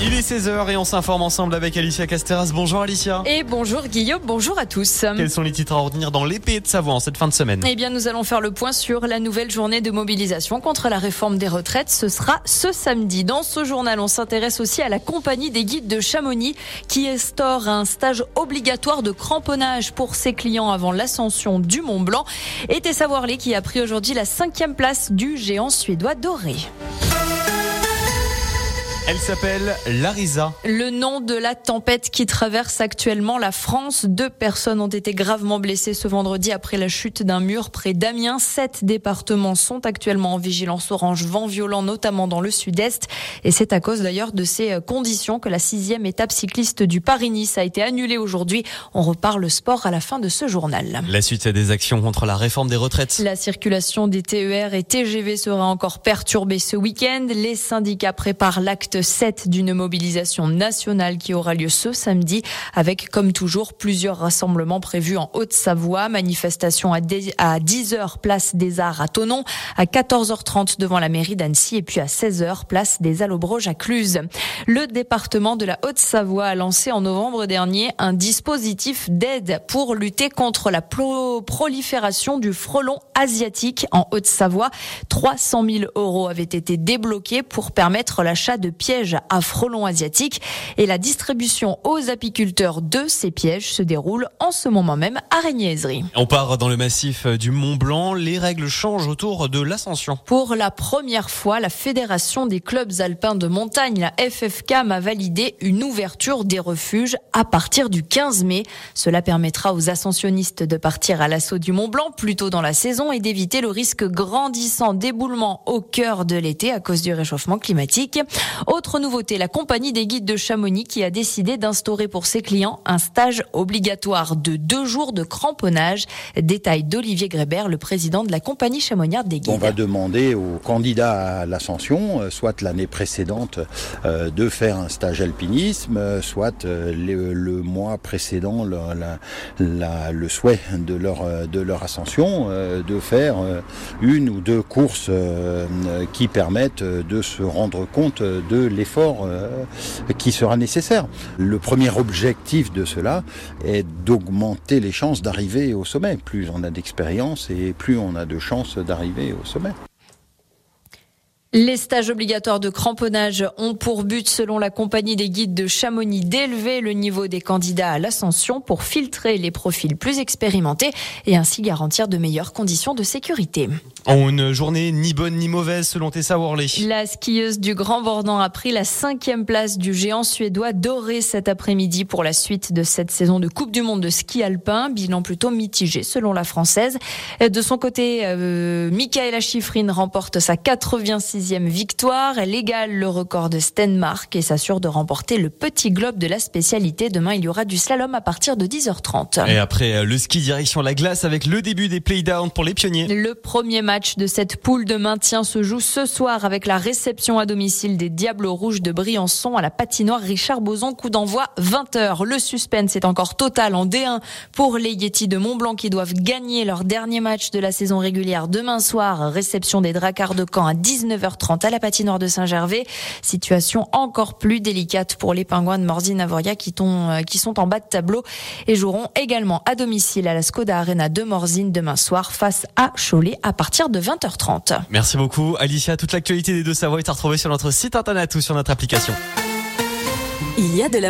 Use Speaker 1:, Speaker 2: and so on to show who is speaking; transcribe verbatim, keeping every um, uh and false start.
Speaker 1: Il est seize heures et on s'informe ensemble avec Alicia Casteras. Bonjour Alicia.
Speaker 2: Et bonjour Guillaume, bonjour à tous.
Speaker 1: Quels sont les titres à retenir dans l'épée de Savoie en cette fin de semaine?
Speaker 2: Eh bien, nous allons faire le point sur la nouvelle journée de mobilisation contre la réforme des retraites. Ce sera ce samedi. Dans ce journal, on s'intéresse aussi à la compagnie des guides de Chamonix qui instaure un stage obligatoire de cramponnage pour ses clients avant l'ascension du Mont Blanc. Et Tessa Worley qui a pris aujourd'hui la cinquième place du géant suédois doré.
Speaker 1: Elle s'appelle Larisa.
Speaker 2: Le nom de la tempête qui traverse actuellement la France. Deux personnes ont été gravement blessées ce vendredi après la chute d'un mur près d'Amiens. Sept départements sont actuellement en vigilance orange, vent violent notamment dans le sud-est. Et c'est à cause d'ailleurs de ces conditions que la sixième étape cycliste du Paris-Nice a été annulée aujourd'hui. On reparle sport à la fin de ce journal.
Speaker 1: La suite, c'est des actions contre la réforme des retraites.
Speaker 2: La circulation des T E R et T G V sera encore perturbée ce week-end. Les syndicats préparent l'acte sept d'une mobilisation nationale qui aura lieu ce samedi avec, comme toujours, plusieurs rassemblements prévus en Haute-Savoie. Manifestation à dix heures, place des Arts à Thonon, à quatorze heures trente devant la mairie d'Annecy et puis à seize heures, place des Allobroges à Cluse. Le département de la Haute-Savoie a lancé en novembre dernier un dispositif d'aide pour lutter contre la pro- prolifération du frelon asiatique en Haute-Savoie. trois cent mille euros avaient été débloqués pour permettre l'achat de pièges à frelons asiatiques et la distribution aux apiculteurs de ces pièges se déroule en ce moment même à Régnier-Aizerie.
Speaker 1: On part dans le massif du Mont Blanc. Les règles changent autour de l'ascension.
Speaker 2: Pour la première fois, la Fédération des clubs alpins de montagne, la F F C A M, a validé une ouverture des refuges à partir du quinze mai. Cela permettra aux ascensionnistes de partir à l'assaut du Mont Blanc plus tôt dans la saison et d'éviter le risque grandissant d'éboulement au cœur de l'été à cause du réchauffement climatique. Autre nouveauté, la compagnie des guides de Chamonix qui a décidé d'instaurer pour ses clients un stage obligatoire de deux jours de cramponnage. Détail d'Olivier Grébert, le président de la compagnie chamoniarde des guides.
Speaker 3: On va demander aux candidats à l'ascension, soit l'année précédente, euh, de faire un stage alpinisme, soit euh, le, le mois précédent, le, la, la, le souhait de leur, de leur ascension, euh, de faire euh, une ou deux courses euh, qui permettent de se rendre compte de l'effort euh, qui sera nécessaire. Le premier objectif de cela est d'augmenter les chances d'arriver au sommet. Plus on a d'expérience et plus on a de chances d'arriver au sommet.
Speaker 2: Les stages obligatoires de cramponnage ont pour but, selon la compagnie des guides de Chamonix, d'élever le niveau des candidats à l'ascension pour filtrer les profils plus expérimentés et ainsi garantir de meilleures conditions de sécurité.
Speaker 1: En une journée ni bonne ni mauvaise selon Tessa Worley.
Speaker 2: La skieuse du Grand Bornand a pris la cinquième place du géant suédois doré cet après-midi pour la suite de cette saison de Coupe du Monde de ski alpin. Bilan plutôt mitigé selon la Française. De son côté, euh, Mikaela Shiffrin remporte sa quatre-vingt-sixième victoire. Elle égale le record de Stenmark et s'assure de remporter le petit globe de la spécialité. Demain, il y aura du slalom à partir de dix heures trente.
Speaker 1: Et après le ski direction la glace avec le début des playdowns pour les pionniers.
Speaker 2: Le premier match de cette poule de maintien se joue ce soir avec la réception à domicile des Diables Rouges de Briançon à la patinoire Richard Bozon. Coup d'envoi vingt heures. Le suspense est encore total en D un pour les Yetis de Mont-Blanc qui doivent gagner leur dernier match de la saison régulière demain soir. Réception des Dracards de Caen à dix-neuf heures trente à la patinoire de Saint-Gervais. Situation encore plus délicate pour les Pingouins de Morzine-Avoria qui, qui sont en bas de tableau et joueront également à domicile à la Skoda Arena de Morzine demain soir face à Cholet à partir de vingt heures trente.
Speaker 1: Merci beaucoup Alicia. Toute l'actualité des Deux-Savoie est à retrouver sur notre site internet ou sur notre application.
Speaker 4: Il y a de la